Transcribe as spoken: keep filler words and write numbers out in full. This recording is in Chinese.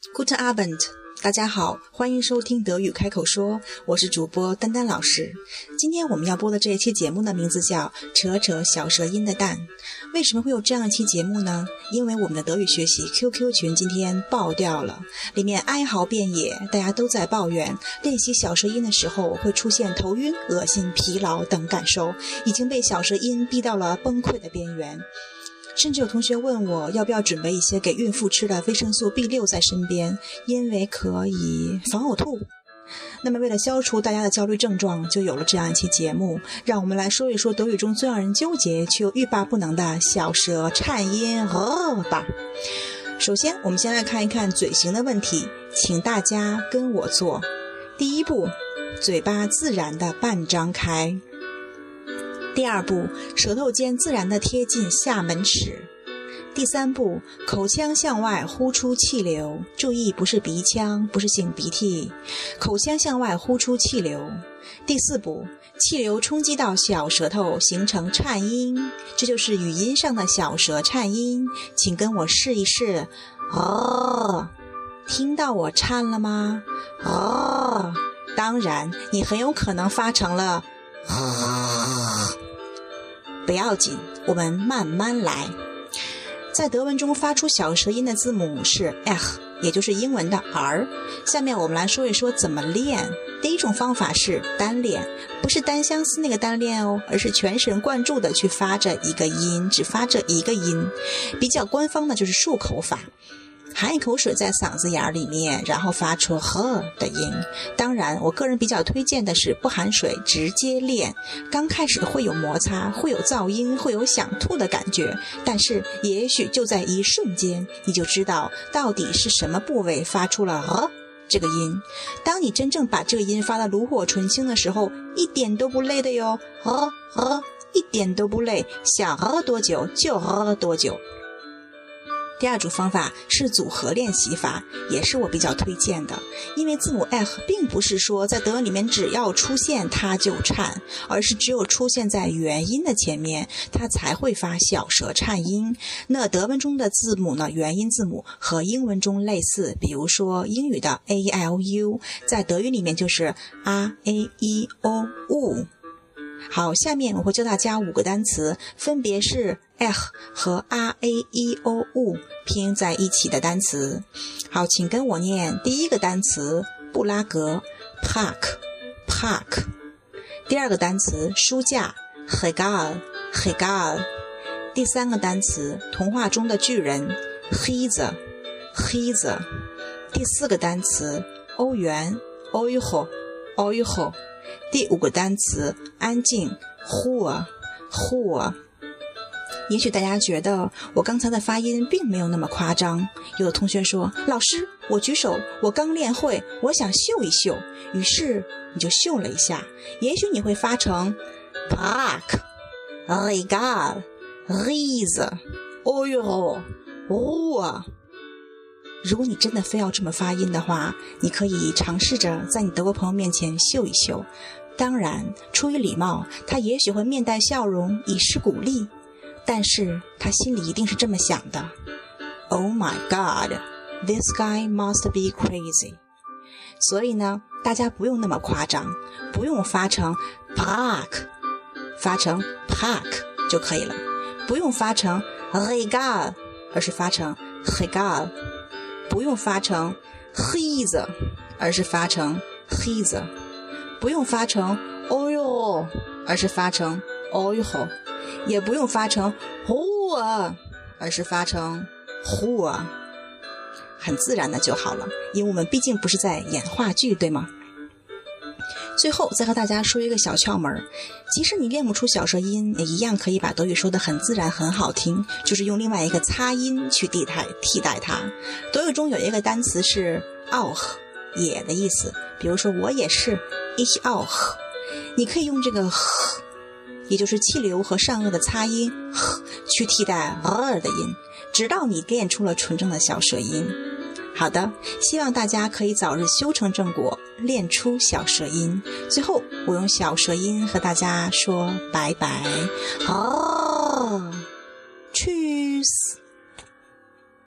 Guten Abend， 大家好，欢迎收听德语开口说，我是主播丹丹老师。今天我们要播的这一期节目的名字叫扯扯小舌音的蛋。为什么会有这样一期节目呢？因为我们的德语学习 Q Q 群今天爆掉了，里面哀嚎遍野，大家都在抱怨练习小舌音的时候会出现头晕、恶心、疲劳等感受，已经被小舌音逼到了崩溃的边缘。甚至有同学问我要不要准备一些给孕妇吃的维生素 B 六 在身边，因为可以防呕吐。那么为了消除大家的焦虑症状，就有了这样一期节目，让我们来说一说德语中最让人纠结却又欲罢不能的小舌颤音呃吧。首先我们先来看一看嘴型的问题，请大家跟我做。第一步，嘴巴自然的半张开。第二步，舌头尖自然地贴近下门齿。第三步，口腔向外呼出气流，注意不是鼻腔，不是擤鼻涕，口腔向外呼出气流。第四步，气流冲击到小舌头形成颤音，这就是语音上的小舌颤音，请跟我试一试。哦，听到我颤了吗？哦，当然你很有可能发成了啊，不要紧，我们慢慢来。在德文中发出小舌音的字母是 H， 也就是英文的 R。 下面我们来说一说怎么练。第一种方法是单练，不是单相思那个单练哦，而是全神贯注的去发这一个音，只发这一个音。比较官方的就是漱口法，含一口水在嗓子眼里面，然后发出呵的音。当然我个人比较推荐的是不含水直接练，刚开始会有摩擦，会有噪音，会有想吐的感觉，但是也许就在一瞬间你就知道到底是什么部位发出了呵这个音。当你真正把这个音发得炉火纯青的时候，一点都不累的哟，呵呵，一点都不累，想呵多久就呵多久。第二种方法是组合练习法，也是我比较推荐的。因为字母 H 并不是说在德文里面只要出现它就颤，而是只有出现在元音的前面，它才会发小舌颤音。那德文中的字母呢，元音字母和英文中类似，比如说英语的 A L U， 在德语里面就是 R A E O U。好，下面我会教大家五个单词，分别是 H 和 R A E O U 拼音在一起的单词。好，请跟我念第一个单词布拉格 Park Park。 第二个单词书架 Regal Regal。 第三个单词童话中的巨人 Riese Riese。 第四个单词欧元 Euro Euro。第五个单词安静 Ruhe Ruhe。 也许大家觉得我刚才的发音并没有那么夸张，有的同学说老师我举手，我刚练会，我想秀一秀，于是你就秀了一下，也许你会发成 Park Regal Riese Euro Ruhe。如果你真的非要这么发音的话，你可以尝试着在你德国朋友面前秀一秀。当然出于礼貌，他也许会面带笑容以示鼓励，但是他心里一定是这么想的， Oh my God, this guy must be crazy。 所以呢，大家不用那么夸张，不用发成 park， 发成 park 就可以了，不用发成 regal， 而是发成 regal，不用发成 Riese， 而是发成 Riese， 不用发成 Euro， 而是发成 Euro， 也不用发成 Ruhe， 而是发成 Ruhe， 很自然的就好了，因为我们毕竟不是在演话剧，对吗？最后再和大家说一个小窍门，即使你练不出小舌音，也一样可以把德语说得很自然很好听，就是用另外一个擦音去替代替代它。德语中有一个单词是 auch， 也的意思，比如说我也是 ich auch， 你可以用这个 h， 也就是气流和上颚的擦音 h 去替代 r 的音，直到你练出了纯正的小舌音。好的，希望大家可以早日修成正果，练出小舌音。最后我用小舌音和大家说拜拜。哦